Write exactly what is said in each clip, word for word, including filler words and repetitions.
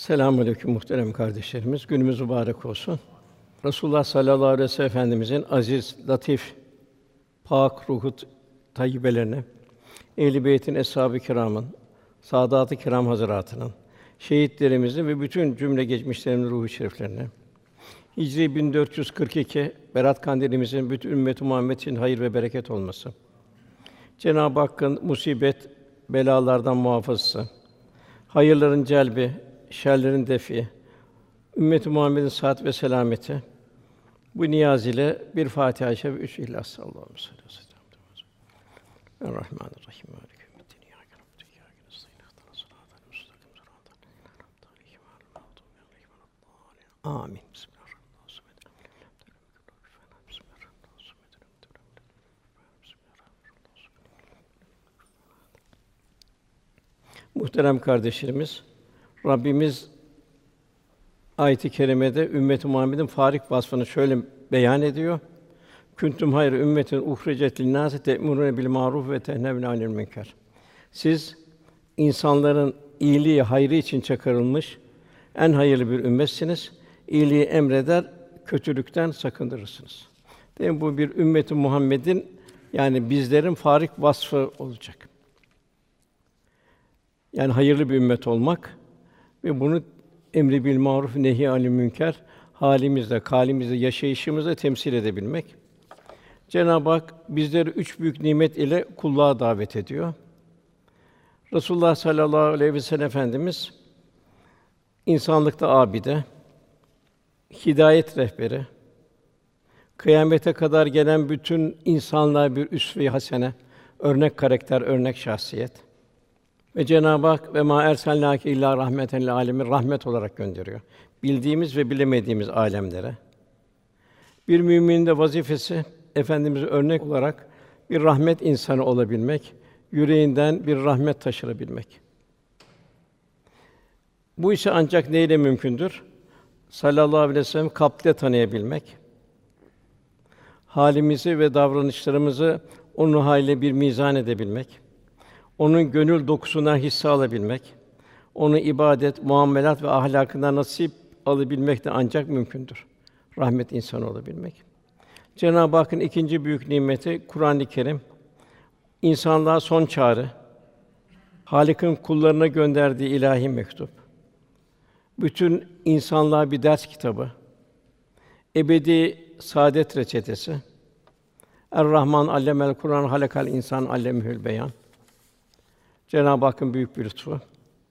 Selamünaleyküm muhterem kardeşlerimiz. Günümüz mübarek olsun. Resulullah sallallahu aleyhi ve sellem Efendimizin aziz, latif, pak ruhu tayyibelerine, ehl-i beytin, eshab-ı kiramın, saadat-ı kiram hazretlerinin, şehitlerimizin ve bütün cümle geçmişlerimizin ruhu şeriflerine, Hicri bin dört yüz kırk iki Berat Kandilimizin bütün ümmet-i Muhammed için hayır ve bereket olması, Cenab-ı Hakk'ın musibet, belalardan muhafazası, hayırların celbi, şerlerin defi, ümmet-i Muhammed'in sıhhat ve selameti. Bu niyaz ile bir Fatiha-i Şerif, üç İhlas. Allahümme salli ve sellem. Bismillahirrahmanirrahim. Maliki yevmiddin. İyyâke na'budu ve iyyâke nestaîn. İhdinâs sırâtal mustakîm. Sırâtal lezîne en'amte aleyhim ghayril mağdûbi aleyhim ve lad-dâllîn. Amin. Muhterem kardeşlerimiz, Rabbimiz ayet-i kerimede ümmet-i Muhammed'in farik vasfını şöyle beyan ediyor. Kuntum hayra ümmetin uhrecet lin-nâsi te'murûne bil ma'ruf ve tenhevne anil münker. Siz insanların iyiliği, hayrı için çıkarılmış en hayırlı bir ümmetsiniz. İyiliği emreder, kötülükten sakındırırsınız. Değil mi? Bu bir ümmet-i Muhammed'in, yani bizlerin farik vasfı olacak. Yani hayırlı bir ümmet olmak ve bunu emri bil maruf nehi anil münker halimizde, kâlimizde, yaşayışımızda temsil edebilmek. Cenab-ı Hak bizleri üç büyük nimet ile kulluğa davet ediyor. Resulullah sallallahu aleyhi ve sellem Efendimiz insanlıkta abide, hidayet rehberi, kıyamete kadar gelen bütün insanlığa bir üsve-i hasene, örnek karakter, örnek şahsiyet. Ve Cenab-ı Hak ve mâ erselnâke illâ rahmeten lil âlemin rahmet olarak gönderiyor. Bildiğimiz ve bilemediğimiz âlemlere. Bir müminin de vazifesi Efendimiz'e örnek olarak bir rahmet insanı olabilmek, yüreğinden bir rahmet taşırabilmek. Bu ise ancak neyle mümkündür? Sallallahu aleyhi ve sellem kalple tanıyabilmek, halimizi ve davranışlarımızı onun hâliyle bir mizan edebilmek, onun gönül dokusundan hisse alabilmek, onu ibadet, muamelat ve ahlakından nasip alabilmek de ancak mümkündür. Rahmet insanı olabilmek. Cenab-ı Hakk'ın ikinci büyük nimeti Kur'an-ı Kerim. İnsanlığa son çağrı, Hâlik'in kullarına gönderdiği ilahi mektup. Bütün insanlığa bir ders kitabı, ebedi saadet reçetesi. Er-Rahman allemel Kur'an halakal insan allemehül beyan. Cenab-ı Hakk'ın büyük bir lütfu.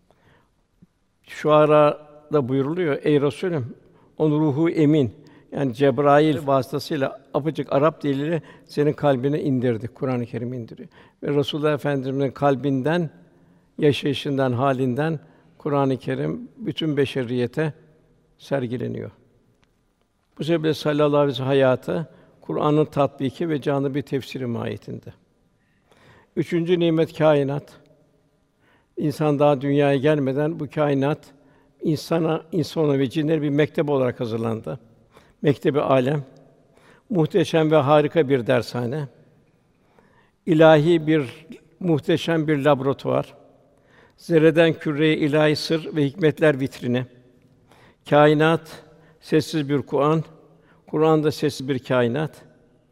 Şuara'da buyruluyor: Ey Resulüm, onun ruhu emin, yani Cebrail vasıtasıyla apacık Arap diliyle senin kalbine indirdi. Kur'an-ı Kerim indiriyor. Ve Resulullah Efendimiz'in kalbinden, yaşayışından, halinden Kur'an-ı Kerim bütün beşeriyete sergileniyor. Bu sebeple sallallahu aleyhi ve sellem hayatı Kur'an'ın tatbiki ve canlı bir tefsiri mahiyetinde. Üçüncü nimet kâinat. İnsan daha dünyaya gelmeden bu kainat insana, insana ve cinlere bir mektep olarak hazırlandı. Mektebi alem, muhteşem ve harika bir dershane, ilahi bir muhteşem bir laboratuvar, zerreden küreye ilahi sır ve hikmetler vitrini, kainat sessiz bir Kur'an, Kur'an da sessiz bir kainat.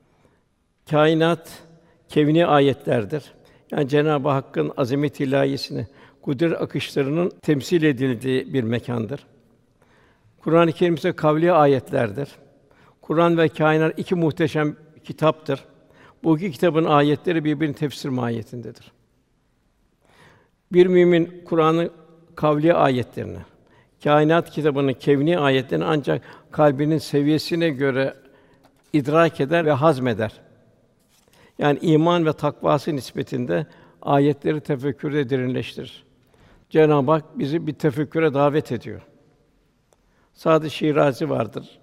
Kainat kevni ayetlerdir. Yani Cenab-ı Hakk'ın azamet-i ilahisini, kudret akışlarının temsil edildiği bir mekândır. Kur'an-ı Kerim ise kavli ayetlerdir. Kur'an ve kainat iki muhteşem kitaptır. Bu iki kitabın ayetleri birbirinin tefsir mahiyetindedir. Bir mümin Kur'an'ın kavli ayetlerini, kainat kitabının kevni ayetlerini ancak kalbinin seviyesine göre idrak eder ve hazmeder. Yani iman ve takvası nispetinde ayetleri tefekkürde derinleştirir. Cenab-ı Hak bizi bir tefekküre davet ediyor. Sâd-ı Şirazi vardır.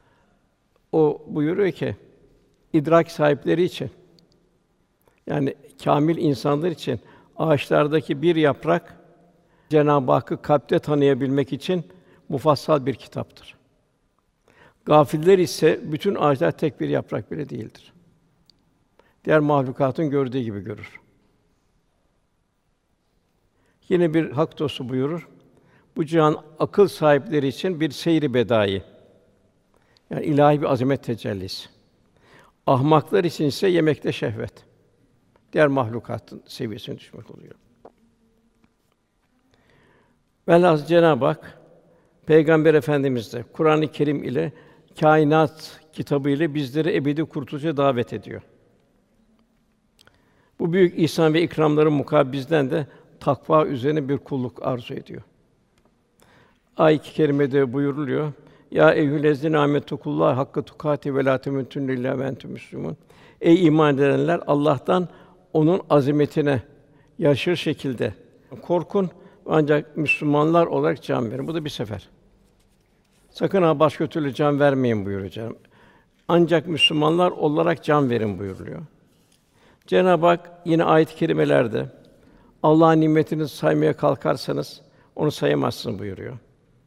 O buyuruyor ki, idrak sahipleri için, yani kâmil insanlar için ağaçlardaki bir yaprak Cenab-ı Hakk'ı kalpte tanıyabilmek için mufassal bir kitaptır. Gafiller ise bütün ağaçlar tek bir yaprak bile değildir. Diğer mahlukatın gördüğü gibi görür. Yine bir hak dostu buyurur: Bu cihan akıl sahipleri için bir seyri bedai. Yani ilahi bir azamet tecellisi. Ahmaklar için ise yemekte şehvet. Diğer mahlukatın seviyesine düşmek oluyor. Velhâsıl Cenab-ı Hak Peygamber Efendimiz de Kur'an-ı Kerim ile kainat kitabı ile bizleri ebedi kurtuluşa davet ediyor. Bu büyük ihsan ve ikramların mukabil bizden de takva üzerine bir kulluk arzu ediyor. Ayet-i kerimede buyuruluyor. Ya eyyühellezîne âmettukullâhe hakka tukâti ve lâ temûtunne illâ ve entüm müslümûn. Ey iman edenler, Allah'tan onun azametine yaşır şekilde korkun ancak Müslümanlar olarak can verin. Bu da bir sefer. Sakın ha başka türlü can vermeyin buyuruyor Cenab-ı Hak. Ancak Müslümanlar olarak can verin buyuruluyor. Cenab-ı Hak yine ayet-i kerimelerde Allah'ın nimetini saymaya kalkarsanız onu sayamazsın buyuruyor.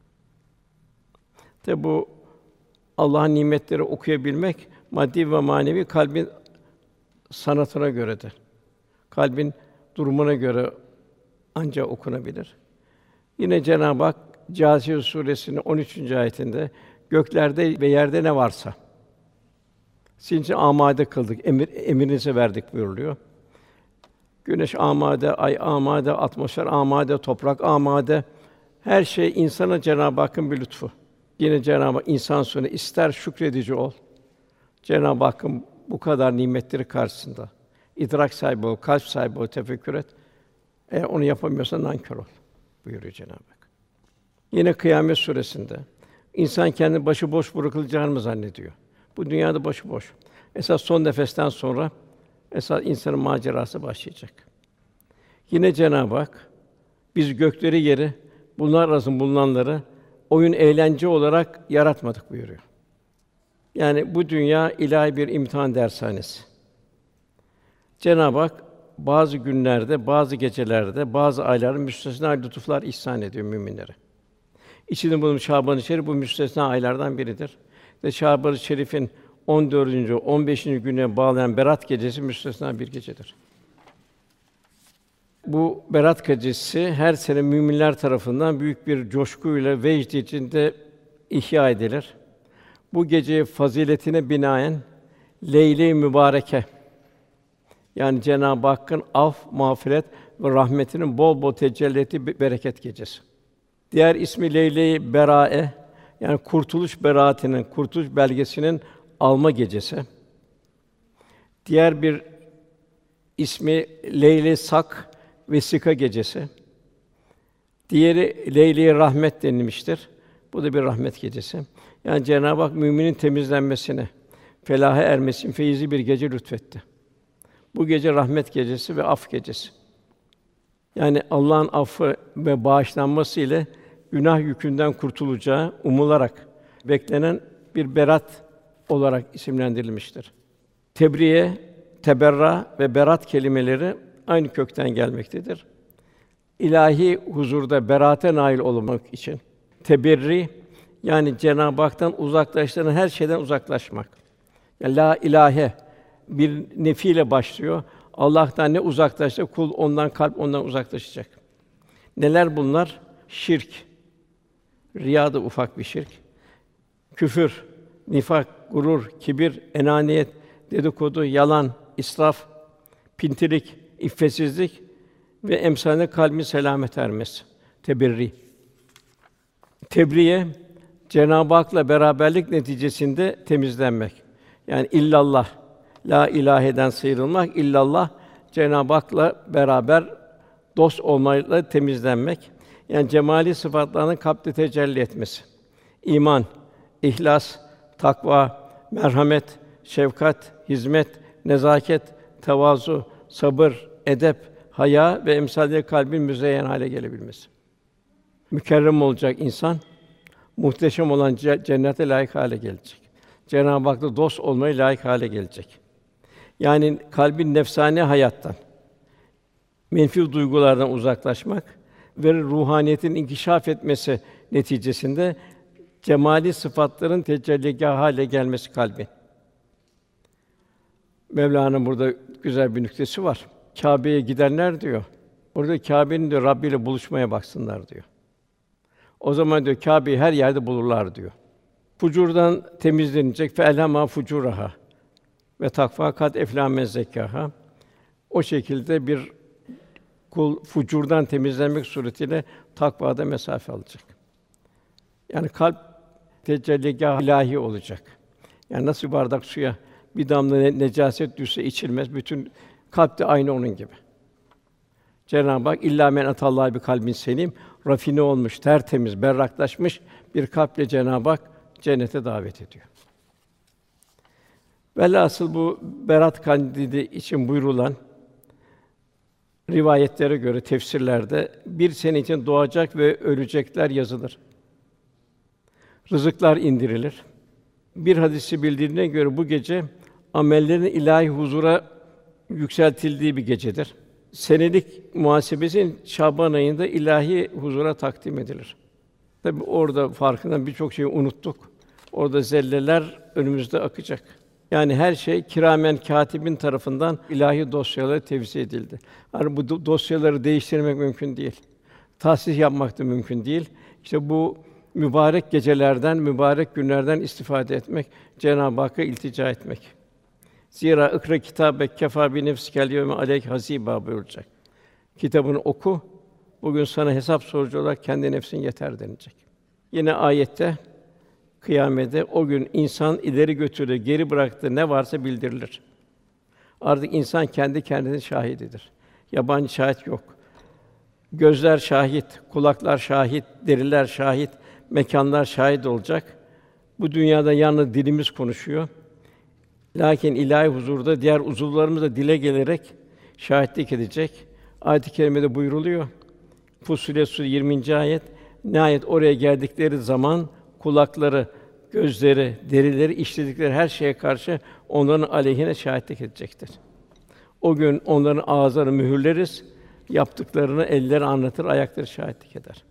Tabi bu Allah'ın nimetleri okuyabilmek maddi ve manevi kalbin sanatına göredir. Kalbin durumuna göre ancak okunabilir. Yine Cenab-ı Hak Câsiye Sûresi'nin on üçüncü ayetinde göklerde ve yerde ne varsa sizin için amade kıldık, emir emrinize verdik buyuruluyor. Güneş amade, ay amade, atmosfer amade, toprak amade. Her şey insana Cenab-ı Hakk'ın bir lütfu. Yine Cenab-ı Hak insan sonra ister şükredici ol. Cenab-ı Hakk'ın bu kadar nimetleri karşısında idrak sahibi ol, kalp sahibi ol, tefekkür et. Eğer onu yapamıyorsan nankör ol buyuruyor Cenab-ı Hak. Yine Kıyamet Sûresinde insan kendi başıboş bırakılacağını mı zannediyor? Bu dünyada başıboş. Esas son nefesten sonra esas insanın macerası başlayacak. Yine Cenab-ı Hak biz gökleri yeri bunlar arasında bulunanları oyun eğlence olarak yaratmadık buyuruyor. Yani bu dünya ilahi bir imtihan dershanesi. Cenab-ı Hak bazı günlerde, bazı gecelerde, bazı aylarda müstesna lütuflar ihsan ediyor müminlere. İçinde bulunan Şaban-ı Şerif bu müstesna aylardan biridir. Ve Şaban-ı Şerif'in on dördüncü on beşinci güne bağlayan Berat gecesi müstesna bir gecedir. Bu Berat gecesi her sene müminler tarafından büyük bir coşkuyla vecd içinde ihya edilir. Bu gece faziletine binaen Leyle-i Mübareke yani Cenab-ı Hakk'ın af, mağfiret ve rahmetinin bol bol tecelli ettiği bir bereket gecesi. Diğer ismi Leyle-i Berae yani kurtuluş beraatinin, kurtuluş belgesinin alma gecesi. Diğer bir ismi Leyle-i Sak Vesika gecesi. Diğeri Leyle-i Rahmet denilmiştir. Bu da bir rahmet gecesi. Yani Cenab-ı Hak müminin temizlenmesine, felaha ermesine feyizli bir gece lütfetti. Bu gece rahmet gecesi ve af gecesi. Yani Allah'ın affı ve bağışlanması ile günah yükünden kurtulacağı umularak beklenen bir berat olarak isimlendirilmiştir. Tebriye, teberra ve berat kelimeleri aynı kökten gelmektedir. İlahi huzurda beraate nail olmak için teberri yani Cenab-ı Hak'tan uzaklaştıran her şeyden uzaklaşmak. Yani la ilahe bir nefiyle başlıyor. Allah'tan ne uzaklaşsa kul ondan kalp ondan uzaklaşacak. Neler bunlar? Şirk. Riya da ufak bir şirk. Küfür, nifak, gurur, kibir, enaniyet, dedikodu, yalan, israf, pintilik, iffetsizlik ve emsalinde kalbin selamet ermesi. Teberri. Tebriye Cenab-ı Hak'la beraberlik neticesinde temizlenmek. Yani illallah, la ilaheden sıyrılmak, illallah Cenab-ı Hak'la beraber dost olmayla temizlenmek. Yani cemali sıfatlarının kalpte tecelli etmesi. İman, ihlas, takva, merhamet, şefkat, hizmet, nezaket, tevazu, sabır, edep, haya ve emsalleri kalbin müzeyyen hale gelebilmesi. Mükerrem olacak insan, muhteşem olan cennete layık hale gelecek. Cenab-ı Hak'la dost olmaya layık hale gelecek. Yani kalbin nefsani hayattan, menfî duygulardan uzaklaşmak ve ruhaniyetin inkişaf etmesi neticesinde cemali sıfatların tecelligâh hale gelmesi kalbin. Mevlâna'nın burada güzel bir nüktesi var. Kâbe'ye gidenler diyor. Orada Kâbe'nin diyor Rabbi ile buluşmaya baksınlar diyor. O zaman diyor Kâbe'yi her yerde bulurlar diyor. Fucurdan temizlenecek fe elhemâ fucuraha ve takva kad eflâ men zekkâha. O şekilde bir kul fucurdan temizlenmek suretiyle takvada mesafe alacak. Yani kalp tecelligâh ilahi olacak. Yani nasıl bir bardak suya bir damla ne- necaset düşse içilmez. Bütün kalp de aynı onun gibi. Cenab-ı Hak illâ men atallâhe bi kalbin selim, rafine olmuş, tertemiz, berraklaşmış bir kalple Cenab-ı Hak cennete davet ediyor. Velhasıl bu Berat Kandili için buyurulan rivayetlere göre tefsirlerde bir sene için doğacak ve ölecekler yazılır. Rızıklar indirilir. Bir hadisi bildiğine göre bu gece amellerin ilahi huzura yükseltildiği bir gecedir. Senelik muhasebesi Şaban ayında ilahi huzura takdim edilir. Tabi orada farkından birçok şeyi unuttuk. Orada zelleler önümüzde akacak. Yani her şey kiramen kâtibin tarafından ilahi dosyalara tevzi edildi. Yani bu do- dosyaları değiştirmek mümkün değil. Tahsis yapmak da mümkün değil. İşte bu mübarek gecelerden, mübarek günlerden istifade etmek, Cenab-ı Hakk'a iltica etmek. Zira ikra kitâbek kefâ bi nefsikel yevme aleyke hasîbâ buyuracak. Kitabını oku, bugün sana hesap sorucu olarak kendi nefsin yeter denilecek. Yine ayette kıyamete o gün insan ileri götürdüğü, geri bıraktığı ne varsa bildirilir. Artık insan kendi kendine şahididir. Yabancı şahit yok. Gözler şahit, kulaklar şahit, deriler şahit, mekânlar şahit olacak. Bu dünyada yalnız dilimiz konuşuyor. Lakin ilahi huzurda diğer uzuvlarımız da dile gelerek şahitlik edecek. Ayet-i kerimede buyruluyor. Fussilet Sûresi yirminci ayet. Nihayet oraya geldikleri zaman kulakları, gözleri, derileri işledikleri her şeye karşı onların aleyhine şahitlik edecektir. O gün onların ağızlarını mühürleriz, yaptıklarını elleri anlatır, ayakları şahitlik eder.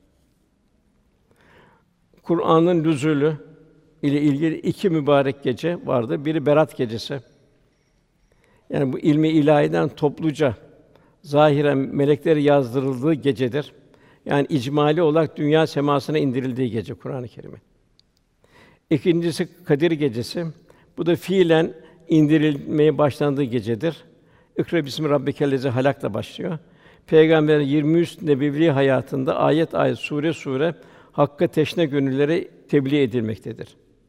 Kur'an'ın nüzûlü ile ilgili iki mübarek gece vardı. Biri Berat gecesi. Yani bu ilmi ilahiden topluca zahiren melekleri yazdırıldığı gecedir. Yani icmali olarak dünya semasına indirildiği gece Kur'an-ı Kerim'in. İkincisi Kadir gecesi. Bu da fiilen indirilmeye başlandığı gecedir. İkra bismi rabbikellezî halak'la başlıyor. Peygamberin yirmi üç nebevi hayatında ayet ayet, sure sure hakka teşne gönüllere tebliğ edilmektedir.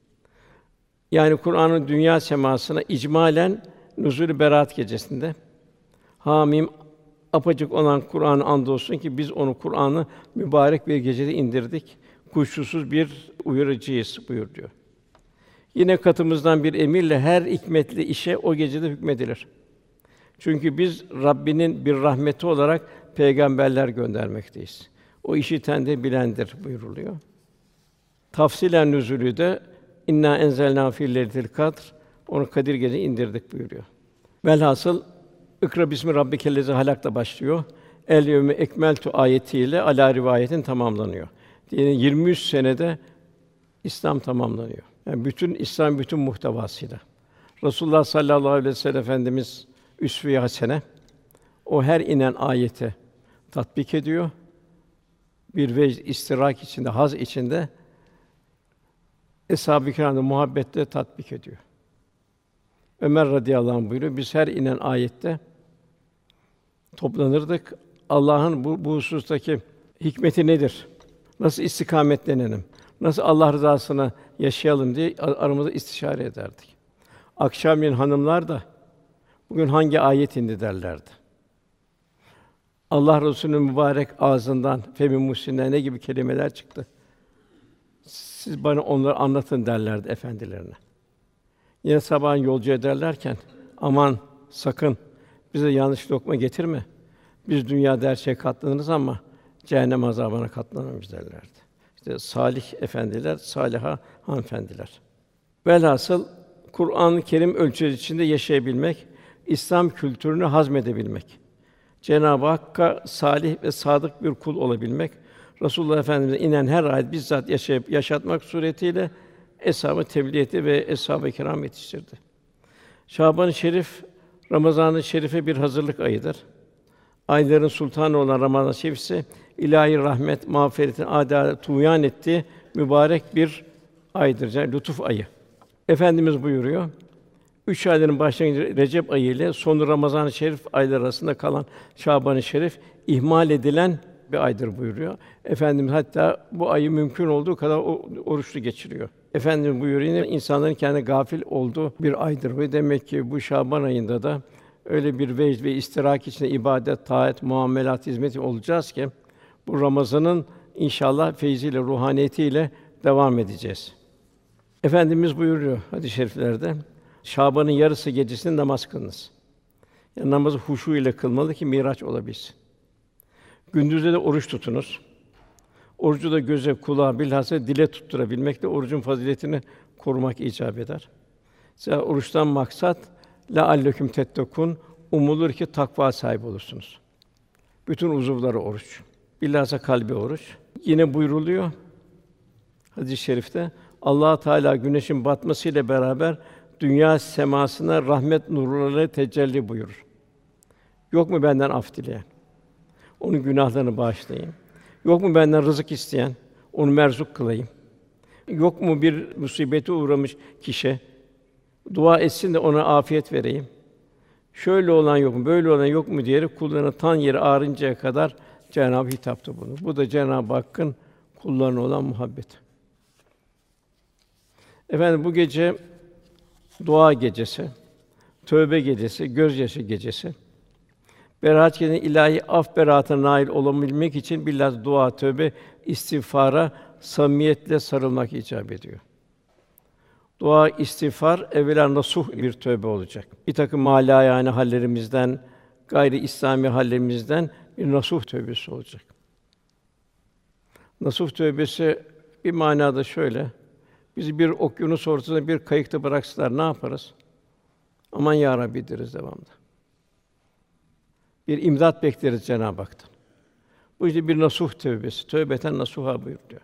Yani Kur'an'ın dünya semasına icmalen nüzûl-i Berat gecesinde Hamim apaçık olan Kur'an'a andolsun ki biz onu Kur'an'ı mübarek bir gecede indirdik. Kuşkusuz bir uyarıcıyız buyuruyor. Yine katımızdan bir emirle her hikmetli işe o gecede hükmedilir. Çünkü biz Rabbinin bir rahmeti olarak peygamberler göndermekteyiz. O işiten de bilendir buyuruluyor. Tafsilen nüzulü de inna enzelnâ fî leyletil kadr onu Kadir Gecesi indirdik buyuruyor. Velhasıl İkra bismi rabbikellezî halak'la başlıyor. El yevme ekmeltu ayetiyle ala rivayetin tamamlanıyor. Yani yirmi üç senede İslam tamamlanıyor. Yani bütün İslam bütün muhtevasıyla. Resulullah sallallahu aleyhi ve sellem Efendimiz üsve-i hasene o her inen ayete tatbik ediyor. Bir vecd istirak içinde, haz içinde Eshab-ı Kiram'da muhabbetle tatbik ediyor. Ömer radıyallahu anh buyuruyor, biz her inen ayette toplanırdık. Allah'ın bu, bu husustaki hikmeti nedir? Nasıl istikametlenelim? Nasıl Allah rızasını yaşayalım diye aramızda istişare ederdik. Akşamleyin hanımlar da bugün hangi ayet indi derlerdi. Allah Resulü'nün mübarek ağzından femi muhsinler ne gibi kelimeler çıktı. Siz bana onları anlatın derlerdi efendilerine. Yine sabahın yolcu ederlerken aman sakın bize yanlış lokma getirme. Biz dünyada her şeye katlanırız ama cehennem azabına katlanırız derlerdi. İşte salih efendiler, saliha hanımefendiler. Velhasıl Kur'an-ı Kerim ölçüsü içinde yaşayabilmek, İslam kültürünü hazmedebilmek, Cenab-ı Hakk'a salih ve sadık bir kul olabilmek, Resulullah Efendimiz'e inen her ayet bizzat yaşayıp yaşatmak suretiyle eshab-ı tebliğ etti ve eshab-ı kiram yetiştirdi. Şaban-ı Şerif, Ramazan-ı Şerif'e bir hazırlık ayıdır. ayların sultanı olan Ramazan şerifse ilahi rahmet, mağfiretin, adalet tuğyan ettiği mübarek bir aydır. Yani lütuf ayı. Efendimiz buyuruyor. Üç ayların başlangıcı Recep ayı ile sonu Ramazan-ı Şerif ayları arasında kalan Şaban-ı Şerif ihmal edilen bir aydır buyuruyor. Efendimiz hatta bu ayı mümkün olduğu kadar o- oruçlu geçiriyor. Efendimiz buyuruyor yine insanların kendi gafil olduğu bir aydır ve demek ki bu Şaban ayında da öyle bir vecd ve istirak içinde ibadet, taat, muamelat, hizmeti olacağız ki bu Ramazan'ın inşallah feyziyle, ruhaniyetiyle devam edeceğiz. Efendimiz buyuruyor hadis-i şeriflerde Şaban'ın yarısı gecesinde namaz kılınız. Yani namazı huşu ile kılmalı ki miraç olabilsin. Gündüzde de oruç tutunuz. Orucu da göze, kulağa, bilhassa dile tutturabilmek de orucun faziletini korumak icap eder. Mesela oruçtan maksat la alleküm tettekûn umulur ki takva sahibi olursunuz. Bütün uzuvları oruç. Bilhassa kalbi oruç. Yine buyruluyor hadis-i şerifte Allah Teala güneşin batmasıyla beraber dünya semasına rahmet nurları tecelli buyurur. Yok mu benden af dileyen? Onun günahlarını bağışlayayım. Yok mu benden rızık isteyen? Onu merzuk kılayım. Yok mu bir musibete uğramış kişi? Dua etsin de ona afiyet vereyim. Şöyle olan yok mu, böyle olan yok mu diyerek kullarına tan yeri ağrıncaya kadar Cenab-ı hitapta bulunur. Bu da Cenab-ı Hakk'ın kullarına olan muhabbeti. Efendim bu gece dua gecesi, tövbe gecesi, gözyaşı gecesi. Beraat gecesinde ilahi af beraatine nail olabilmek için bilhassa dua, tövbe, istiğfara samimiyetle sarılmak icap ediyor. Dua, istiğfar evvela nasuh bir tövbe olacak. Bir takım malayâne hallerimizden, gayri İslami hallerimizden bir nasuh tövbesi olacak. Nasuh tövbesi bir manada şöyle: bizi bir okyanus ortasında bir kayıkta bıraksalar ne yaparız? Aman ya Rabbi deriz devamlı. Bir imdat bekleriz Cenab-ı Hak'tan. Bu işte bir nasuh tövbesi. Tövbeten nasuha buyuruyor.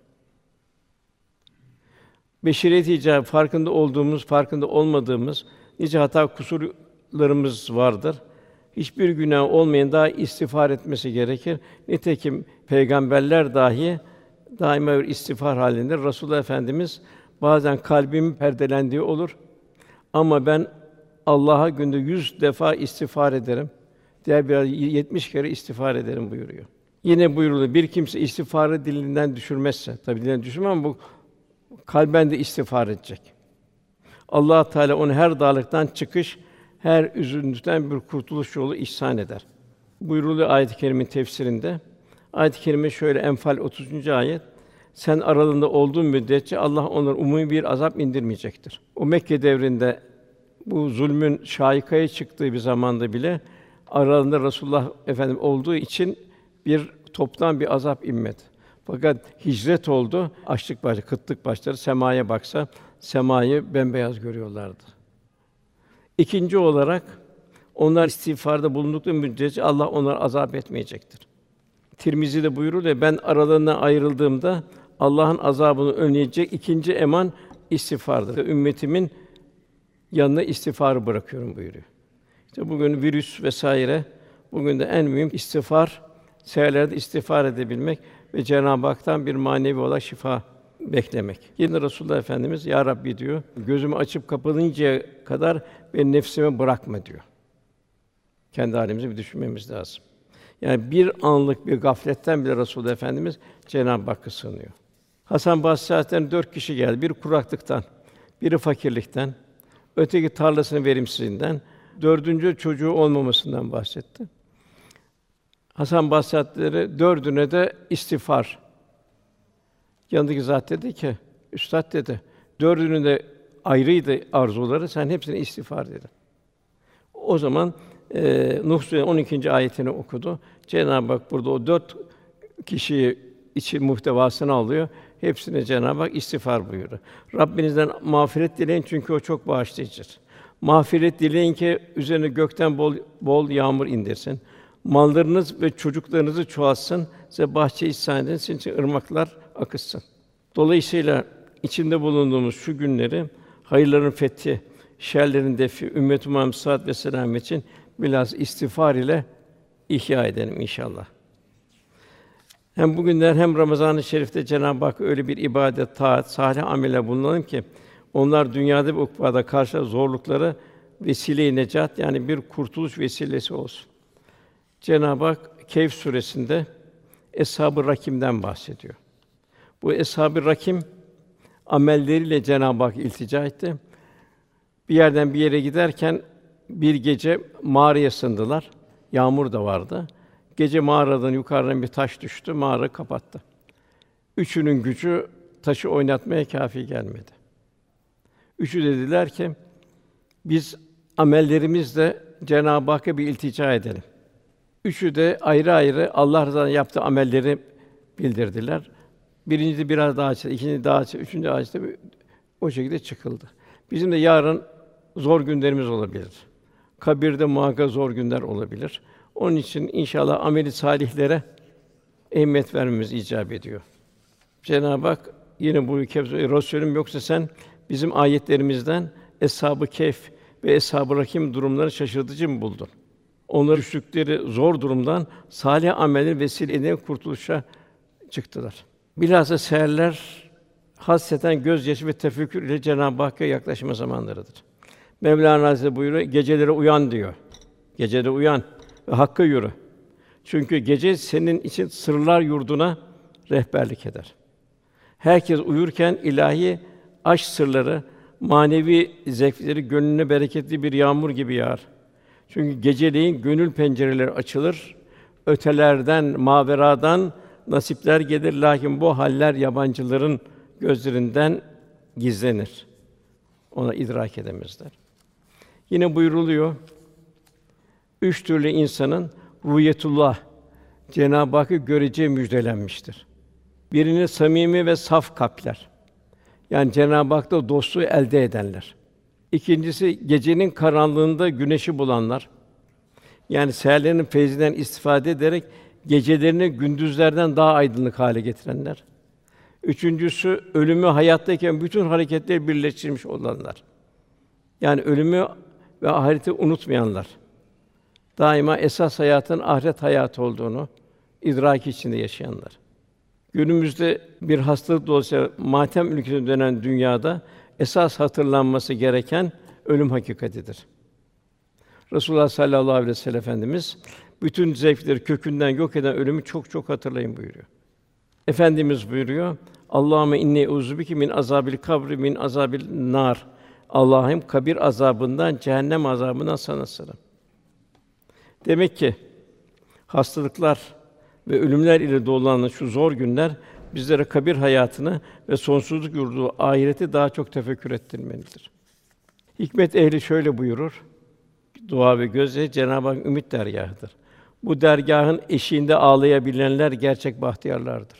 Beşeriyet icabı farkında olduğumuz, farkında olmadığımız nice hata kusurlarımız vardır. Hiçbir günah olmayan daha istiğfar etmesi gerekir. Nitekim peygamberler dahi daima bir istiğfar halinde. Resulullah Efendimiz bazen kalbimin perdelendiği olur ama ben Allah'a günde yüz defa istiğfar ederim. Diğer bir yetmiş kere istiğfar ederim buyuruyor. Yine buyurulur bir kimse istiğfarı dilinden düşürmezse, tabii dilinden düşürmez ama bu kalben de istiğfar edecek. Allah Teala onu her darlıktan çıkış, her üzüntüden bir kurtuluş yolu ihsan eder. Buyuruluyor ayet-i kerimenin tefsirinde. Ayet-i kerime şöyle Enfal otuzuncu ayet. Sen aralarında olduğun müddetçe Allah onlara umumi bir azap indirmeyecektir. O Mekke devrinde bu zulmün şaikaya çıktığı bir zamanda bile aralarında Resulullah Efendimiz olduğu için bir toptan bir azap inmedi. Fakat hicret oldu, açlık başladı, kıtlık başladı. Semaya baksa semayı bembeyaz görüyorlardı. İkinci olarak onlar istiğfarda bulundukları müddetçe Allah onları azap etmeyecektir. Tirmizi'de buyuruluyor, ben aralarından ayrıldığımda Allah'ın azabını önleyecek ikinci eman istiğfardır. Ümmetimin yanına istiğfarı bırakıyorum buyuruyor. İşte bugün virüs vesaire, bugün de en mühim istiğfar, seherlerde istiğfar edebilmek ve Cenab-ı Hak'tan bir manevi olarak şifa beklemek. Yine Resulullah Efendimiz ya Rabbi diyor, gözümü açıp kapanıncaya kadar beni nefsime bırakma diyor. Kendi halimizi bir düşünmemiz lazım. Yani bir anlık bir gafletten bile Resulullah Efendimiz Cenab-ı Hakk'a sığınıyor. Hasan Basri Hazretleri'ne dört kişi geldi. Biri kuraklıktan, biri fakirlikten, öteki tarlasının verimsizliğinden, dördüncü çocuğu olmamasından bahsetti. Hasan Basri Hazretleri dördüne de istiğfar. Yanındaki zat dedi ki, üstad dedi, dördünün de ayrıydı arzuları, sen hepsine istiğfar dedi. O zaman e, Nuh Suresi'nin on ikinci ayetini okudu. Cenab-ı Hak burada o dört kişiyi için muhtevasını alıyor. Hepsine Cenab-ı Hak istiğfar buyuruyor. Rabbinizden mağfiret dileyin çünkü o çok bağışlayıcıdır. Mağfiret dileyin ki üzerine gökten bol bol yağmur indirsin. Mallarınız ve çocuklarınızı çoğalsın. Size bahçe ihsan edin, sizin için ırmaklar akıtsın. Dolayısıyla içinde bulunduğumuz şu günleri hayırların fethi, şerlerin defi, ümmet-i Muhammed sıhhat ve selamet için bilhassa istiğfar ile ihya edelim inşallah. Hem bugünler hem Ramazan-ı Şerif'te Cenab-ı Hak öyle bir ibadet, taat, salih ameller bulunalım ki onlar dünyada ve ukbada karşı zorlukları vesile-i necat, yani bir kurtuluş vesilesi olsun. Cenab-ı Hak Kehf suresinde Eshab-ı Rakim'den bahsediyor. Bu Eshab-ı Rakim amelleriyle Cenab-ı Hak iltica etti. Bir yerden bir yere giderken bir gece mağaraya sığındılar. Yağmur da vardı. Gece mağaradan yukarıdan bir taş düştü, mağara kapattı. Üçünün gücü taşı oynatmaya kâfi gelmedi. Üçü dediler ki, biz amellerimizle Cenab-ı Hakk'a bir iltica edelim. Üçü de ayrı ayrı Allah rızasına yaptığı amelleri bildirdiler. Birincisi biraz daha açtı, ikinci daha açtı, üçüncü açtı. O şekilde çıkıldı. Bizim de yarın zor günlerimiz olabilir. Kabirde muhakkak zor günler olabilir. Onun için inşallah ameli salihlere ehemmiyet vermemiz icap ediyor. Cenab-ı Hak yine bu Resulüm yoksa sen bizim ayetlerimizden Eshab-ı Kehf ve Eshab-ı Rakim durumlarını şaşırtıcı mı buldun? Onları düştükleri zor durumdan salih ameller vesile ederek kurtuluşa çıktılar. Bilhassa seherler hasreten gözyaşı ve tefekkür ile Cenab-ı Hakk'a yaklaşma zamanlarıdır. Mevlana Hazretleri buyuruyor, gecelere uyan diyor. Gecede uyan ve Hakk'a yürü. Çünkü gece senin için sırlar yurduna rehberlik eder. Herkes uyurken ilahi aşk sırları, manevi zevkleri gönlüne bereketli bir yağmur gibi yağar. Çünkü geceleyin gönül pencereleri açılır, ötelerden, maveradan nasipler gelir. Lakin bu haller yabancıların gözlerinden gizlenir. Ona idrak edemezler. Yine buyruluyor, üç türlü insanın ruhiyetullah, Cenab-ı Hakk'ı göreceği müjdelenmiştir. Birini samimi ve saf kalpler. Yani Cenab-ı Hak'ta dostluğu elde edenler. İkincisi gecenin karanlığında güneşi bulanlar. Yani seherlerin feyzinden istifade ederek gecelerini gündüzlerden daha aydınlık hale getirenler. Üçüncüsü ölümü hayattayken bütün hareketleri birleştirmiş olanlar. Yani ölümü ve ahireti unutmayanlar. Daima esas hayatın ahiret hayatı olduğunu idrak içinde yaşayanlar. Günümüzde bir hastalık dolayısıyla matem ülkesine dönen dünyada esas hatırlanması gereken ölüm hakikatidir. Resulullah sallallahu aleyhi ve sellem Efendimiz bütün zevkleri kökünden yok eden ölümü çok çok hatırlayın buyuruyor. Efendimiz buyuruyor, Allahümme inni euzubike min azabil kabri min azabil nar. Allah'ım kabir azabından, cehennem azabından sana sığınırım. Demek ki hastalıklar ve ölümler ile dolanan şu zor günler bizlere kabir hayatını ve sonsuzluk yurdu ahireti daha çok tefekkür ettirmelidir. Hikmet ehli şöyle buyurur: dua ve gözyaşı Cenab-ı Hak ümit dergâhıdır. Bu dergâhın eşiğinde ağlayabilenler gerçek bahtiyarlardır.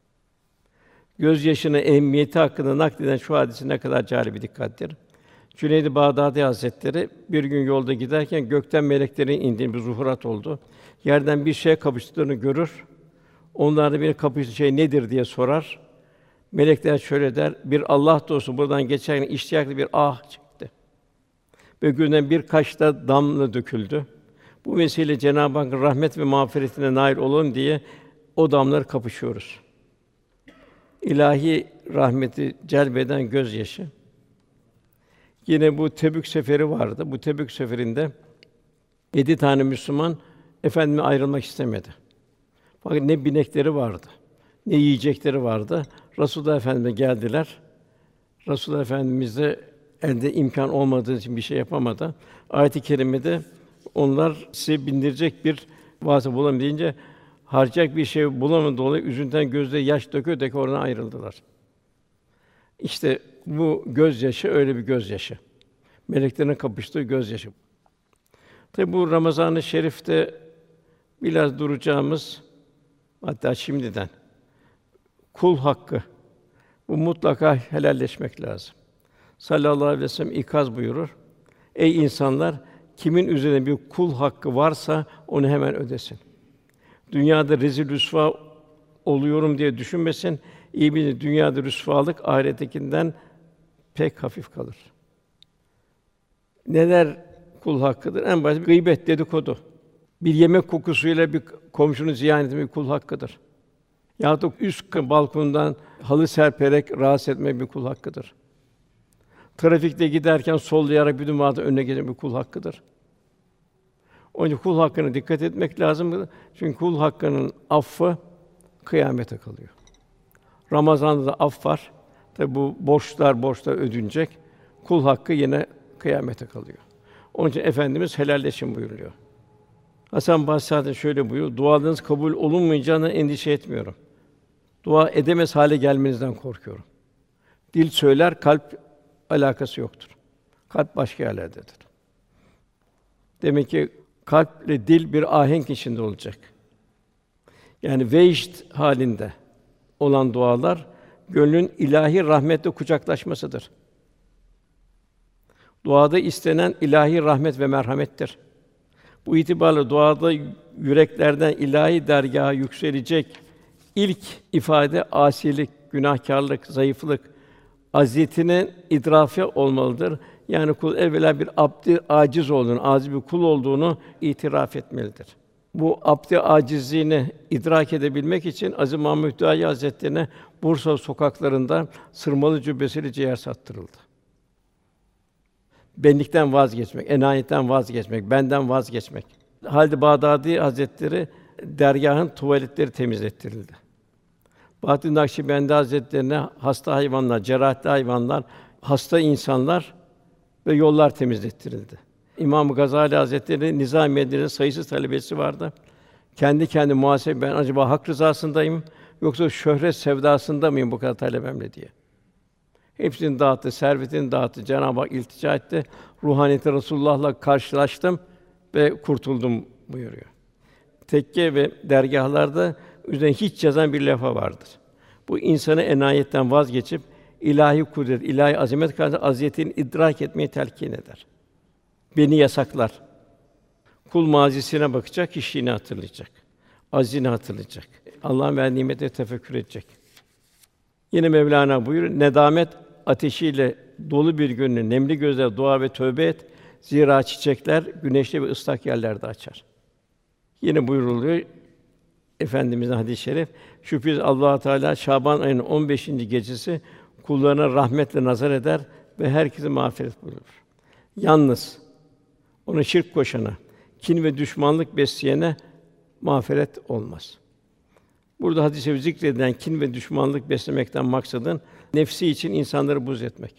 Gözyaşının ehemmiyeti hakkında nakleden şu hadis ne kadar cali bir dikkattir. Cüneyd-i Bağdadi Hazretleri bir gün yolda giderken gökten meleklerin indiği bir zuhurat oldu. Yerden bir şeye kapıştığını görür. Onlarda bir kapıştığı şey nedir diye sorar. Melekler şöyle der: bir Allah dostu buradan geçerken iştiyaklı bir ah çıktı. Ve gözünden birkaç da damla döküldü. Bu vesile Cenab-ı Hakk'ın rahmet ve mağfiretine nail olalım diye o damlaları kapışıyoruz. İlahi rahmeti celbeden gözyaşı. Yine bu Tebük seferi vardı. Bu Tebük seferinde yedi tane Müslüman Efendimiz'e ayrılmak istemedi. Fakat ne binekleri vardı, ne yiyecekleri vardı. Resulullah Efendimiz'e geldiler. Resulullah Efendimiz de elde imkan olmadığı için bir şey yapamadı. Ayet-i kerimede onlar size bindirecek bir vasıta bulamayınca harcayacak bir şey bulamadı dolayı üzüntüden gözleri yaş döküyor döküyor oradan ayrıldılar. İşte bu gözyaşı öyle bir gözyaşı. Meleklerin kapıştığı gözyaşı. Tabi bu Ramazan-ı Şerif'te biraz duracağımız, hatta şimdiden kul hakkı, bu mutlaka helalleşmek lazım. Sallallahu aleyhi ve sellem ikaz buyurur. Ey insanlar, kimin üzerine bir kul hakkı varsa onu hemen ödesin. Dünyada rezil rüsva oluyorum diye düşünmesin. İyi bilir, dünyada rüsvalık ahirettekinden pek hafif kalır. Neler kul hakkıdır? En basit gıybet, dedikodu. Bir yemek kokusuyla bir komşunu ziyaret etmek bir kul hakkıdır. Yahut da üst balkondan halı serperek rahatsız etmek bir kul hakkıdır. Trafikte giderken sollayarak bütün vaatın önüne geçmek bir kul hakkıdır. Onun için kul hakkına dikkat etmek lazım. Çünkü kul hakkının affı kıyamete kalıyor. Ramazan'da da af var. Tabi bu borçlar borçlar ödünecek. Kul hakkı yine kıyamete kalıyor. Onun için Efendimiz helalleşin buyuruyor. Hasan Basri şöyle buyuruyor: dualarınız kabul olunmayacağına endişe etmiyorum. Dua edemez hale gelmenizden korkuyorum. Dil söyler, kalp alakası yoktur. Kalp başka yerlerdedir. Demek ki kalple dil bir ahenk içinde olacak. Yani vecd halinde olan dualar gönlün ilahi rahmetle kucaklaşmasıdır. Duada istenen ilahi rahmet ve merhamettir. Bu itibarla duada yüreklerden ilahi dergâha yükselecek ilk ifade asilik, günahkârlık, zayıflık, aziyetinin idrafı olmalıdır. Yani kul evvela bir abd-i âciz olduğunu, âciz bir kul olduğunu itiraf etmelidir. Bu abd-i âcizliğini idrak edebilmek için Aziz Mahmud Hüdayi Hazretleri'ne Bursa sokaklarında sırmalı cübbesiyle ciğer sattırıldı. Benlikten vazgeçmek, enaniyetten vazgeçmek, benden vazgeçmek. Halid-i Bağdadi Hazretleri dergâhın tuvaletleri temizlettirildi. Bahattin Nakşibendi Hazretlerine hasta hayvanlar, cerahatli hayvanlar, hasta insanlar ve yollar temizlettirildi. İmam Gazali Hazretleri Nizamiye'de sayısız talebesi vardı. Kendi kendi muhasebe, ben acaba hak rızasındayım yoksa şöhret sevdasında mıyım bu kadar talebemle diye. Hepsini dağıttı, servetini dağıttı. Cenab-ı Hak iltica etti. Ruhaniyeti Resulullah'la karşılaştım ve kurtuldum buyuruyor. Tekke ve dergâhlarda üzerine hiç yazan bir levha vardır. Bu insanı enayetten vazgeçip ilahi kudret, ilahi azamet karşısında aziyetini idrak etmeyi telkin eder. Beni yasaklar. Kul mazisine bakacak, hiçliğini hatırlayacak. Azizini hatırlayacak. Allah'ın verdiği nimete tefekkür edecek. Yine Mevlana buyuruyor: nedamet ateşiyle dolu bir gönlü nemli gözle dua ve tövbe et. Zira çiçekler güneşli ve ıslak yerlerde açar. Yine buyuruluyor Efendimiz'in hadis-i şerif: şüphesiz Allah Teala Şaban ayının on beşinci gecesi kullarına rahmetle nazar eder ve herkese mağfiret buyurur. Yalnız ona şirk koşana, kin ve düşmanlık besleyene mağfiret olmaz. Burada hadis-i şerif zikredilen kin ve düşmanlık beslemekten maksadın nefsi için insanları buz etmek.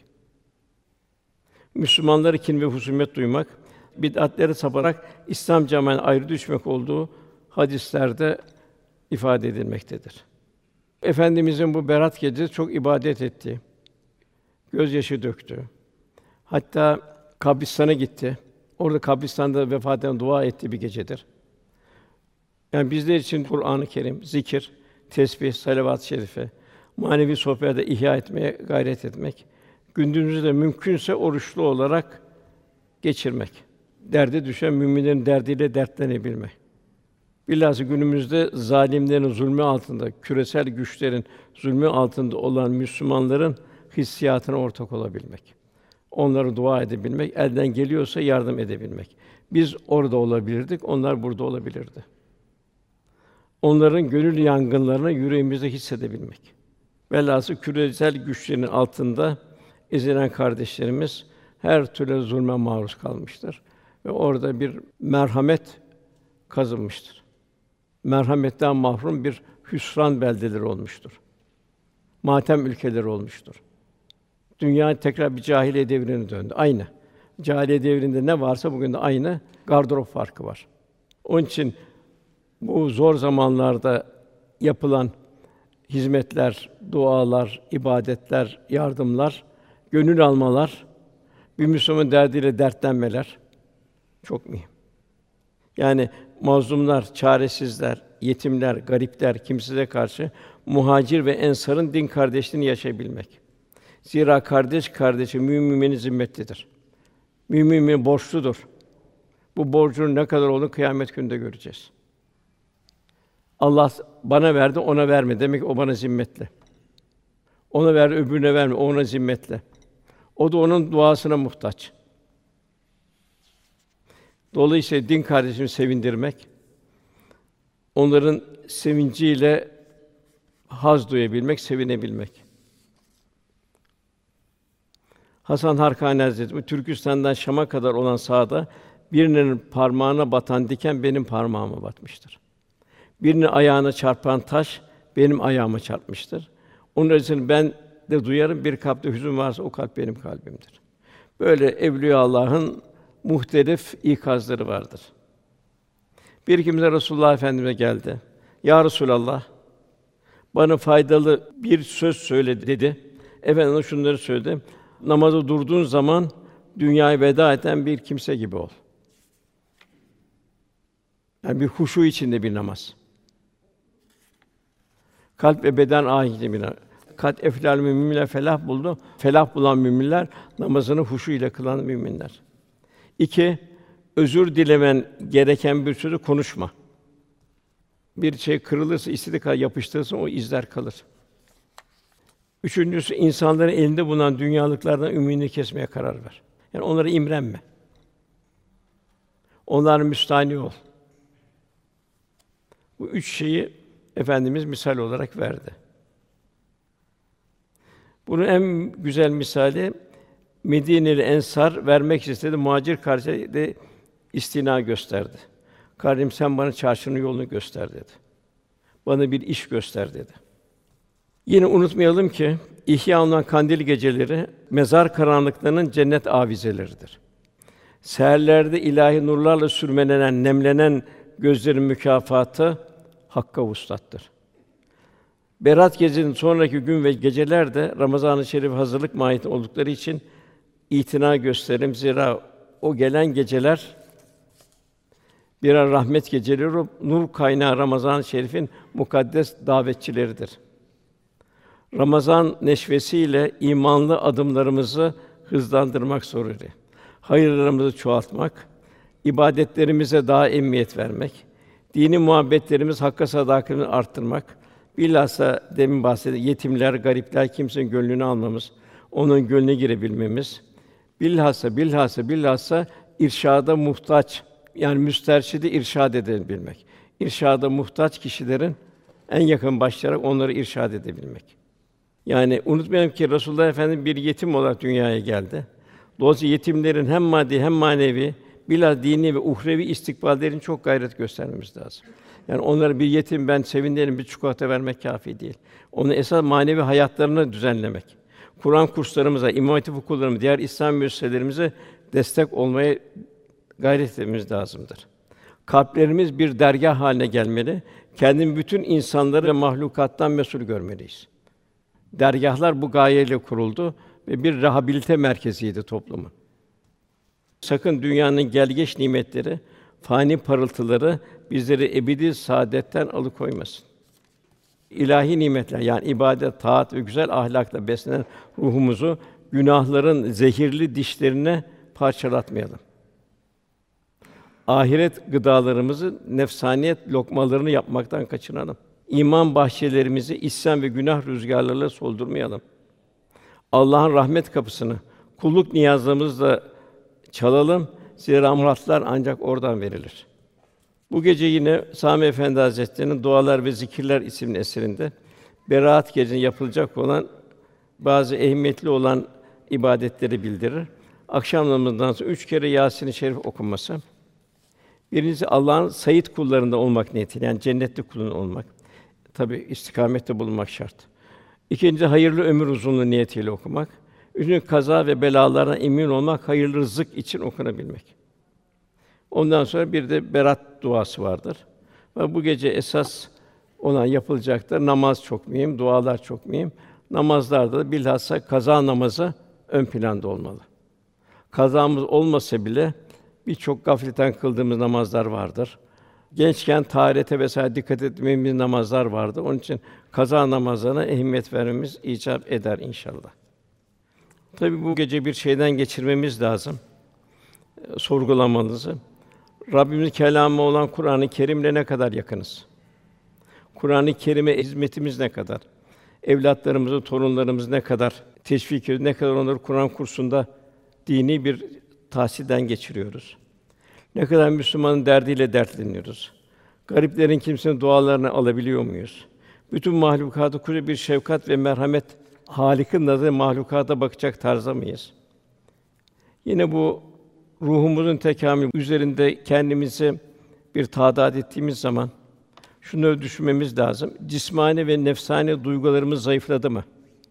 Müslümanları kin ve husumet duymak, bid'atlere saparak İslam cemaatinden ayrı düşmek olduğu hadislerde ifade edilmektedir. Efendimizin bu berat gecesi çok ibadet etti. Gözyaşı döktü. Hatta kabristan'a gitti. Orada kabristan'da vefat eden dua ettiği bir gecedir. Yani bizler için Kur'an-ı Kerim, zikir, tesbih, salavat-ı şerife, manevi sohbete ihya etmeye gayret etmek, gündüzümüzü de mümkünse oruçlu olarak geçirmek, derde düşen müminlerin derdiyle dertlenebilmek. Bilhassa günümüzde zalimlerin zulmü altında, küresel güçlerin zulmü altında olan Müslümanların hissiyatına ortak olabilmek. Onlara dua edebilmek, elden geliyorsa yardım edebilmek. Biz orada olabilirdik, onlar burada olabilirdi. Onların gönül yangınlarını yüreğimizde hissedebilmek. Velhâsıl küresel güçlerin altında ezilen kardeşlerimiz her türlü zulme maruz kalmıştır ve orada bir merhamet kazınmıştır. Merhametten mahrum bir hüsran beldeleri olmuştur. Matem ülkeleri olmuştur. Dünya tekrar bir cahiliye devrine döndü. Aynı. Cahiliye devrinde ne varsa bugün de aynı. Gardırop farkı var. Onun için bu zor zamanlarda yapılan hizmetler, dualar, ibadetler, yardımlar, gönül almalar, bir Müslümanın derdiyle dertlenmeler çok mühim. Yani mazlumlar, çaresizler, yetimler, garipler, kimseye karşı muhacir ve ensarın din kardeşliğini yaşayabilmek. Zira kardeş kardeşi mümin-müminin zimmetlidir. Mümin borçludur. Bu borcun ne kadar olduğunu kıyamet gününde göreceğiz. Allah bana verdi, ona verme. Demek ki o bana zimmetli. Ona verdi, öbürüne verme. O ona zimmetli. O da onun duasına muhtaç. Dolayısıyla din kardeşimi sevindirmek, onların sevinciyle haz duyabilmek, sevinebilmek. Hasan Harkani Hazretleri, Türkistan'dan Şam'a kadar olan sahada birinin parmağına batan diken benim parmağıma batmıştır. Birinin ayağına çarpan taş benim ayağıma çarpmıştır. Onun acısını ben de duyarım. Bir kalpte hüzün varsa o kalp benim kalbimdir. Böyle Evliya Allah'ın muhtelif ikazları vardır. Bir kimse Resulullah Efendimize geldi. Ya Resulallah, bana faydalı bir söz söyle dedi. Efendimiz şunları söyledi. Namaza durduğun zaman dünyaya veda eden bir kimse gibi ol. Yani bir huşu içinde bir namaz. Kalp ve beden ahide bir kat eflal müminler felah buldu. Felah bulan müminler namazını huşu ile kılan müminler. İki, özür dilemen gereken bir sözü konuşma. Bir şey kırılırsa istediği kadar yapıştırırsın o izler kalır. Üçüncüsü insanların elinde bulunan dünyalıklardan ümidini kesmeye karar ver. Yani onlara imrenme. Onlara müstahni ol. Bu üç şeyi Efendimiz misal olarak verdi. Bunun en güzel misali Medineli Ensar vermek istedi. Muhacir kardeşe de istina gösterdi. Kardeşim sen bana çarşının yolunu göster dedi. Bana bir iş göster dedi. Yine unutmayalım ki ihya olunan kandil geceleri mezar karanlıklarının cennet avizeleridir. Seherlerde ilahi nurlarla sürmelenen, nemlenen gözlerin mükafatı hakka vuslattır. Berat gecesinin sonraki gün ve geceler de Ramazan-ı Şerif hazırlık mahiyeti oldukları için itina gösterelim. Zira o gelen geceler birer rahmet geceleri, nur kaynağı Ramazan-ı Şerif'in mukaddes davetçileridir. Ramazan neşvesiyle imanlı adımlarımızı hızlandırmak sururi. Hayırlarımızı çoğaltmak, ibadetlerimize daha emniyet vermek, dini muhabbetlerimiz, hakka sadakatimizi arttırmak, bilhassa demin bahsettiğim yetimler, garipler kimsenin gönlünü almamız, onun gönlüne girebilmemiz, bilhassa bilhassa bilhassa irşada muhtaç, yani müsterşidi irşad edebilmek. İrşada muhtaç kişilerin en yakın başlayarak onları irşad edebilmek. Yani unutmayalım ki Resulullah Efendimiz bir yetim olarak dünyaya geldi. Dolayısıyla yetimlerin hem maddi hem manevi, bilhassa dini ve uhrevi istikballerin çok gayret göstermemiz lazım. Yani onlara bir yetim ben sevindirelim bir çikolata vermek kâfi değil. Onun esas manevi hayatlarını düzenlemek. Kur'an kurslarımıza, İmam Hatip okullarımıza, diğer İslam müesseselerimize destek olmaya gayret etmemiz lazımdır. Kalplerimiz bir dergâh haline gelmeli. Kendimizi bütün insanları ve mahlukattan mesul görmeliyiz. Dergâhlar bu gayeyle kuruldu ve bir rehabilite merkeziydi toplumun. Sakın dünyanın gelgeç nimetleri, fani parıltıları bizleri ebedi saadetten alıkoymasın. İlahi nimetler yani ibadet, taat ve güzel ahlakla beslenen ruhumuzu günahların zehirli dişlerine parçalatmayalım. Ahiret gıdalarımızı nefsaniyet lokmalarını yapmaktan kaçınalım. İman bahçelerimizi isyan ve günah rüzgârlarıyla soldurmayalım. Allah'ın rahmet kapısını kulluk niyazlarımızla çalalım. Zira muratlar ancak oradan verilir. Bu gece yine Sami Efendi Hazretleri'nin Dualar ve Zikirler isimli eserinde Berat gecesinde yapılacak olan bazı ehemmiyetli olan ibadetleri bildirir. Akşam namazından sonra üç kere Yâsin-i Şerif okunması. Birincisi Allah'ın sayyid kullarında olmak niyetiyle yani cennetlik kulun olmak. Tabi istikamette bulunmak şart. İkinci hayırlı ömür uzunluğu niyetiyle okumak. Üçüncü kaza ve belalardan emin olmak, hayırlı rızık için okunabilmek. Ondan sonra bir de berat duası vardır. Ve bu gece esas olan yapılacaktır. Namaz çok mühim, dualar çok mühim. Namazlarda da bilhassa kaza namazı ön planda olmalı. Kazamız olmasa bile birçok gafletten kıldığımız namazlar vardır. Gençken taharete vesaire dikkat etmemiz namazlar vardı. Onun için kaza namazlarına ehemmiyet vermemiz icap eder inşallah. Tabii bu gece bir şeyden geçirmemiz lazım. E, sorgulamalıyız. Rabbimizin kelamı olan Kur'an-ı Kerim'le ne kadar yakınız? Kur'an-ı Kerim'e hizmetimiz ne kadar? Evlatlarımızı, torunlarımızı ne kadar teşvik ediyoruz? Ne kadar onları Kur'an kursunda dini bir tahsilden geçiriyoruz? Ne kadar Müslümanın derdiyle dertleniyoruz? Gariplerin, kimsenin dualarını alabiliyor muyuz? Bütün mahlukata kuru bir şefkat ve merhamet Hâlik'in nazarı mahlukata bakacak tarzda mıyız? Yine bu ruhumuzun tekamülü üzerinde kendimizi bir taadat ettiğimiz zaman şunu düşünmemiz lazım. Cismani ve nefsani duygularımız zayıfladı mı?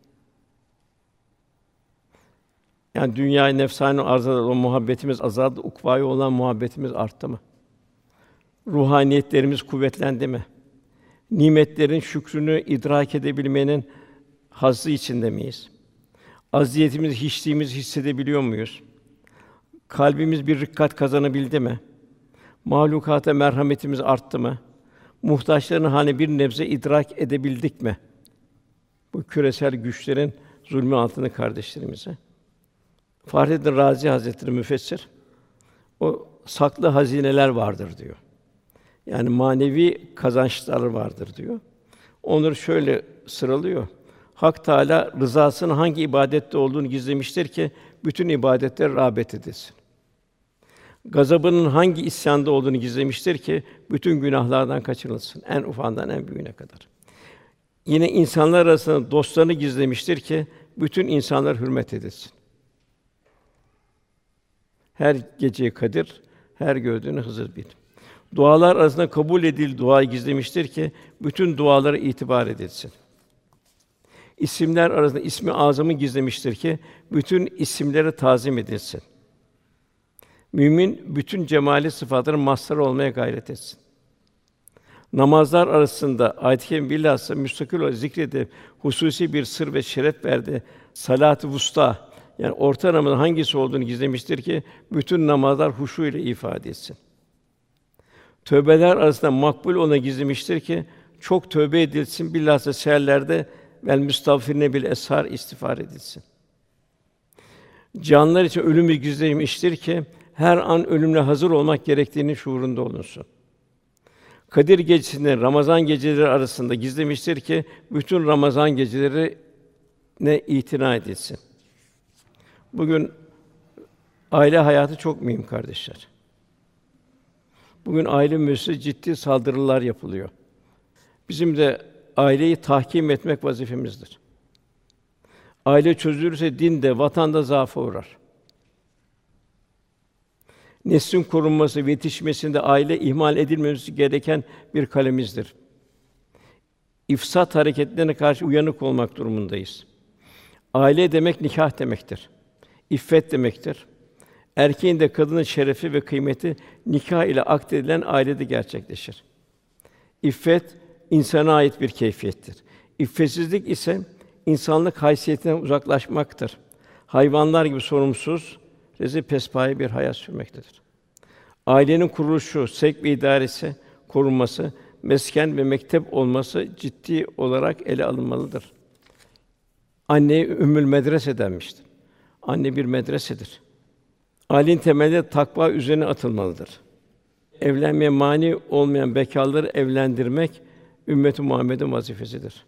Yani dünyaya nefsani arzada olan muhabbetimiz azaldı, ukvaya olan muhabbetimiz arttı mı? Ruhaniyetlerimiz kuvvetlendi mi? Nimetlerin şükrünü idrak edebilmenin hazzı içinde miyiz? Aziyetimizi, hiçliğimizi hissedebiliyor muyuz? Kalbimiz bir rikkat kazanabildi mi? Mahlukata merhametimiz arttı mı? Muhtaçların hani bir nebze idrak edebildik mi? Bu küresel güçlerin zulmü altında kardeşlerimize. Fahrettin Razi Hazretleri müfessir, o saklı hazineler vardır diyor. Yani manevi kazançlar vardır diyor. Onları şöyle sıralıyor. Hak Teâlâ rızasının hangi ibadette olduğunu gizlemiştir ki bütün ibadetler rağbet edilsin. Gazabının hangi isyanda olduğunu gizlemiştir ki bütün günahlardan kaçınılsın, en ufağından en büyüğüne kadar. Yine insanlar arasında dostlarını gizlemiştir ki bütün insanlar hürmet edilsin. Her geceyi Kadir, her gördüğünü Hızır bil. Dualar arasında kabul edil duayı gizlemiştir ki bütün dualara itibar edilsin. İsimler arasında ismi azamı gizlemiştir ki bütün isimlere tazim edilsin. Mümin bütün cemali sıfatların mazharı olmaya gayret etsin. Namazlar arasında ayet-i kerime bilhassa müstakil olarak zikredip hususi bir sır ve şeref verdi. Salat-ı vusta yani orta namazın hangisi olduğunu gizlemiştir ki bütün namazlar huşu ile ifade etsin. Tövbeler arasında makbul ona gizlemiştir ki çok tövbe edilsin, bilhassa seherlerde vel müstağfirine bil eshar istiğfar edilsin. Canlılar için ölümü gizlemiştir ki her an ölümle hazır olmak gerektiğinin şuurunda olunsun. Kadir gecesinde Ramazan geceleri arasında gizlemiştir ki bütün Ramazan geceleri ne itina edilsin. Bugün aile hayatı çok mühim kardeşler. Bugün aile müessesesi ciddi saldırılar yapılıyor. Bizim de aileyi tahkim etmek vazifemizdir. Aile çözülürse din de, vatan da zaafa uğrar. Neslin korunması ve yetişmesinde aile ihmal edilmemesi gereken bir kalemizdir. İfsat hareketlerine karşı uyanık olmak durumundayız. Aile demek nikah demektir. İffet demektir. Erkeğin de kadının şerefi ve kıymeti nikah ile akdedilen ailede gerçekleşir. İffet insana ait bir keyfiyettir. İffetsizlik ise insanlık haysiyetinden uzaklaşmaktır. Hayvanlar gibi sorumsuz, rezil pespaye bir hayat sürmektedir. Ailenin kuruluşu, sevk ve idaresi, korunması, mesken ve mektep olması ciddi olarak ele alınmalıdır. Anneye ümmül medrese denmiştir. Anne bir medresedir. Ailenin temelleri takva üzerine atılmalıdır. Evlenmeye mani olmayan bekârları evlendirmek ümmet-i Muhammed'in vazifesidir.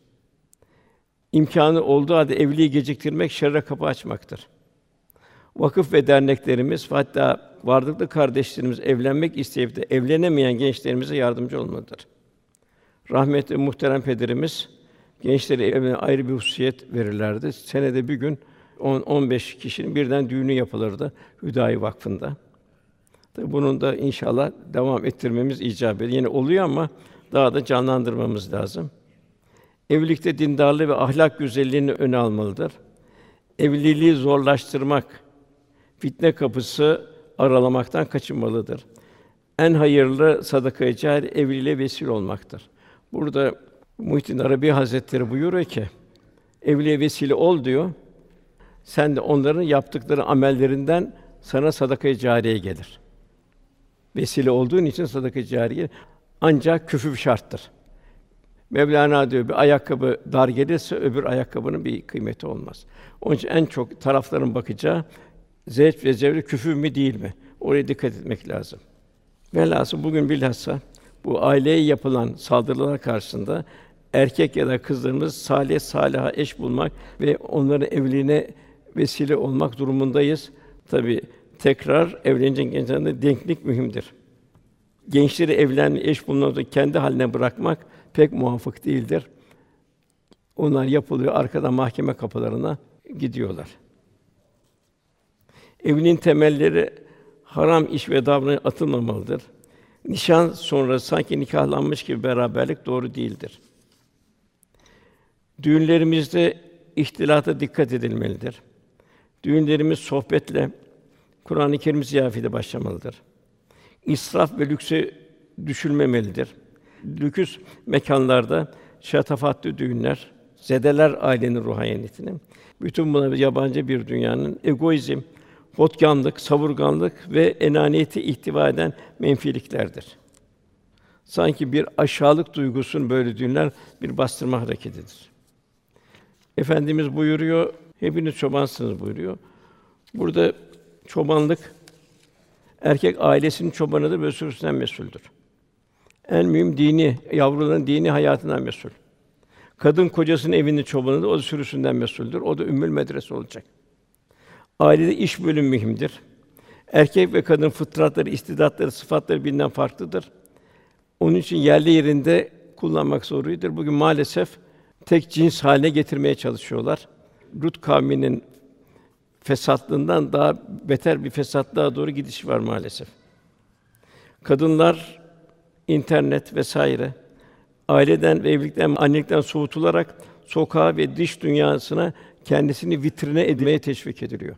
İmkânı olduğu halde evliliği geciktirmek şerre kapı açmaktır. Vakıf ve derneklerimiz ve hatta varlıklı kardeşlerimiz evlenmek isteyip de evlenemeyen gençlerimize yardımcı olmalıdır. Rahmetli muhterem pederimiz gençlere evine ayrı bir hususiyet verirlerdi. Senede bir gün on on beş kişinin birden düğünü yapılırdı Hüdayi Vakfı'nda. Tabii bunun da inşallah devam ettirmemiz icap ediyor. Yine oluyor ama daha da canlandırmamız lazım. Evlilikte dindarlığı ve ahlak güzelliğini öne almalıdır. Evliliği zorlaştırmak, fitne kapısı aralamaktan kaçınmalıdır. En hayırlı sadaka-i câriye evliliğe vesile olmaktır. Burada Muhyiddin Arabi Hazretleri buyuruyor ki, evliliğe vesile ol diyor. Sen de onların yaptıkları amellerinden sana sadaka-i câriye gelir. Vesile olduğun için sadaka-i câriye ancak küfü şarttır. Mevlana diyor bir ayakkabı dar gelirse öbür ayakkabının bir kıymeti olmaz. Onun için en çok tarafların bakacağı zevk ve zevk küfür mü değil mi? Oraya dikkat etmek lazım. Velhâsıl bugün bilhassa bu aileye yapılan saldırılar karşısında erkek ya da kızlarımız salih sâliha eş bulmak ve onların evliliğine vesile olmak durumundayız. Tabii tekrar evlenecek gençlerde denklik mühimdir. gençleri evlenme, eş bulunduğunda kendi haline bırakmak pek muvafık değildir. Onlar yapılıyor, arkadan mahkeme kapılarına gidiyorlar. Evliliğin temelleri haram iş ve davranış atılmamalıdır. Nişan sonrası sanki nikahlanmış gibi beraberlik doğru değildir. Düğünlerimizde ihtilata dikkat edilmelidir. Düğünlerimiz sohbetle, Kur'an-ı Kerim ziyafetiyle başlamalıdır. İsraf ve lükse düşülmemelidir. Lüküs mekânlarda şatafatlı düğünler zedeler ailenin ruhaniyetini. Bütün bunlar yabancı bir dünyanın egoizm, hodgânlık, savurganlık ve enaniyeti ihtiva eden menfiliklerdir. Sanki bir aşağılık duygusunun böyle düğünler bir bastırma hareketidir. Efendimiz buyuruyor, hepiniz çobansınız buyuruyor. Burada çobanlık erkek ailesinin çobanıdır ve sürüsünden mesuldür. En mühim dini, yavruların dini hayatından mesul. Kadın kocasının evinin çobanıdır, o da sürüsünden mesuldür. O da ümmül medrese olacak. Ailede iş bölümü mühimdir. Erkek ve kadın fıtratları, istidatları, sıfatları birbirinden farklıdır. Onun için yerli yerinde kullanmak zorundadır. Bugün maalesef tek cins haline getirmeye çalışıyorlar. Lut kavminin fesatlığından daha beter bir fesatlığa doğru gidiş var maalesef. Kadınlar internet vesaire aileden ve evlilikten, annelikten soğutularak sokağa ve dış dünyasına kendisini vitrine edmeye teşvik ediliyor.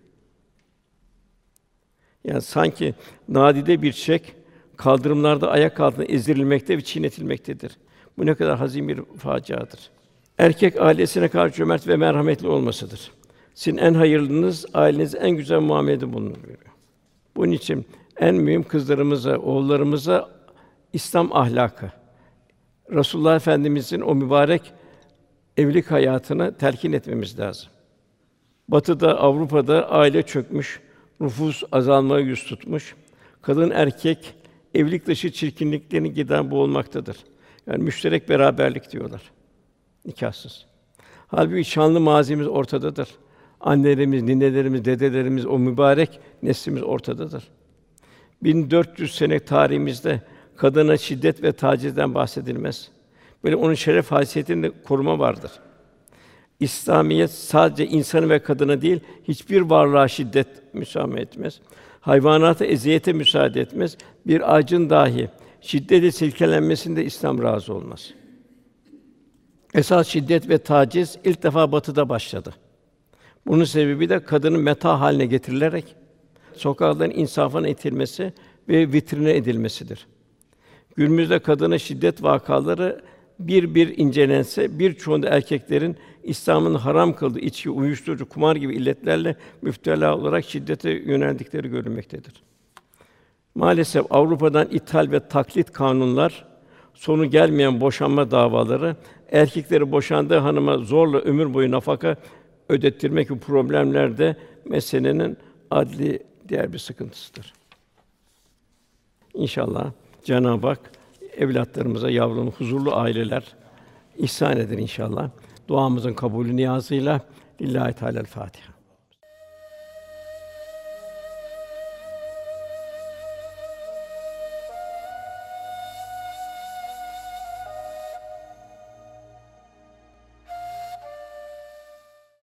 Yani sanki nadide bir çiçek kaldırımlarda ayak altında ezdirilmekte ve çiğnetilmektedir. Bu ne kadar hazin bir faciadır. Erkek ailesine karşı cömert ve merhametli olmasıdır. Sizin en hayırlınız ailenize en güzel muamelede bulunur buyuruyor. Bunun için en mühim kızlarımıza, oğullarımıza İslam ahlakı, Resulullah Efendimizin o mübarek evlilik hayatını telkin etmemiz lazım. Batı'da, Avrupa'da aile çökmüş, nüfus azalmaya yüz tutmuş. Kadın erkek evlilik dışı çirkinliklerini giden boğulmaktadır. Yani müşterek beraberlik diyorlar. Nikahsız. Hâlbuki şanlı mazimiz ortadadır. Annelerimiz, ninelerimiz, dedelerimiz, o mübarek neslimiz ortadadır. bin dört yüz sene tarihimizde kadına şiddet ve tacizden bahsedilmez. Böyle onun şeref haysiyetini koruma vardır. İslamiyet sadece insanı ve kadına değil, hiçbir varlığa şiddet müsaade etmez. Hayvanata eziyete müsaade etmez. Bir ağacın dahi şiddetle silkelenmesinde İslam razı olmaz. Esas şiddet ve taciz ilk defa Batı'da başladı. Bunun sebebi de kadının meta haline getirilerek sokakların insafına itilmesi ve vitrine edilmesidir. Günümüzde kadına şiddet vakaları bir bir incelense birçoğunda erkeklerin İslam'ın haram kıldığı içki, uyuşturucu, kumar gibi illetlerle müptela olarak şiddete yöneldikleri görülmektedir. Maalesef Avrupa'dan ithal ve taklit kanunlar, sonu gelmeyen boşanma davaları, erkekleri boşandığı hanıma zorla ömür boyu nafaka ödettirmek gibi problemler de meselenin adli diğer bir sıkıntısıdır. İnşallah Cenab-ı Hak evlatlarımıza, yavrumuz huzurlu aileler ihsan eder inşallah. Duamızın kabulü niyazıyla Lillahi Teala'l Fatiha.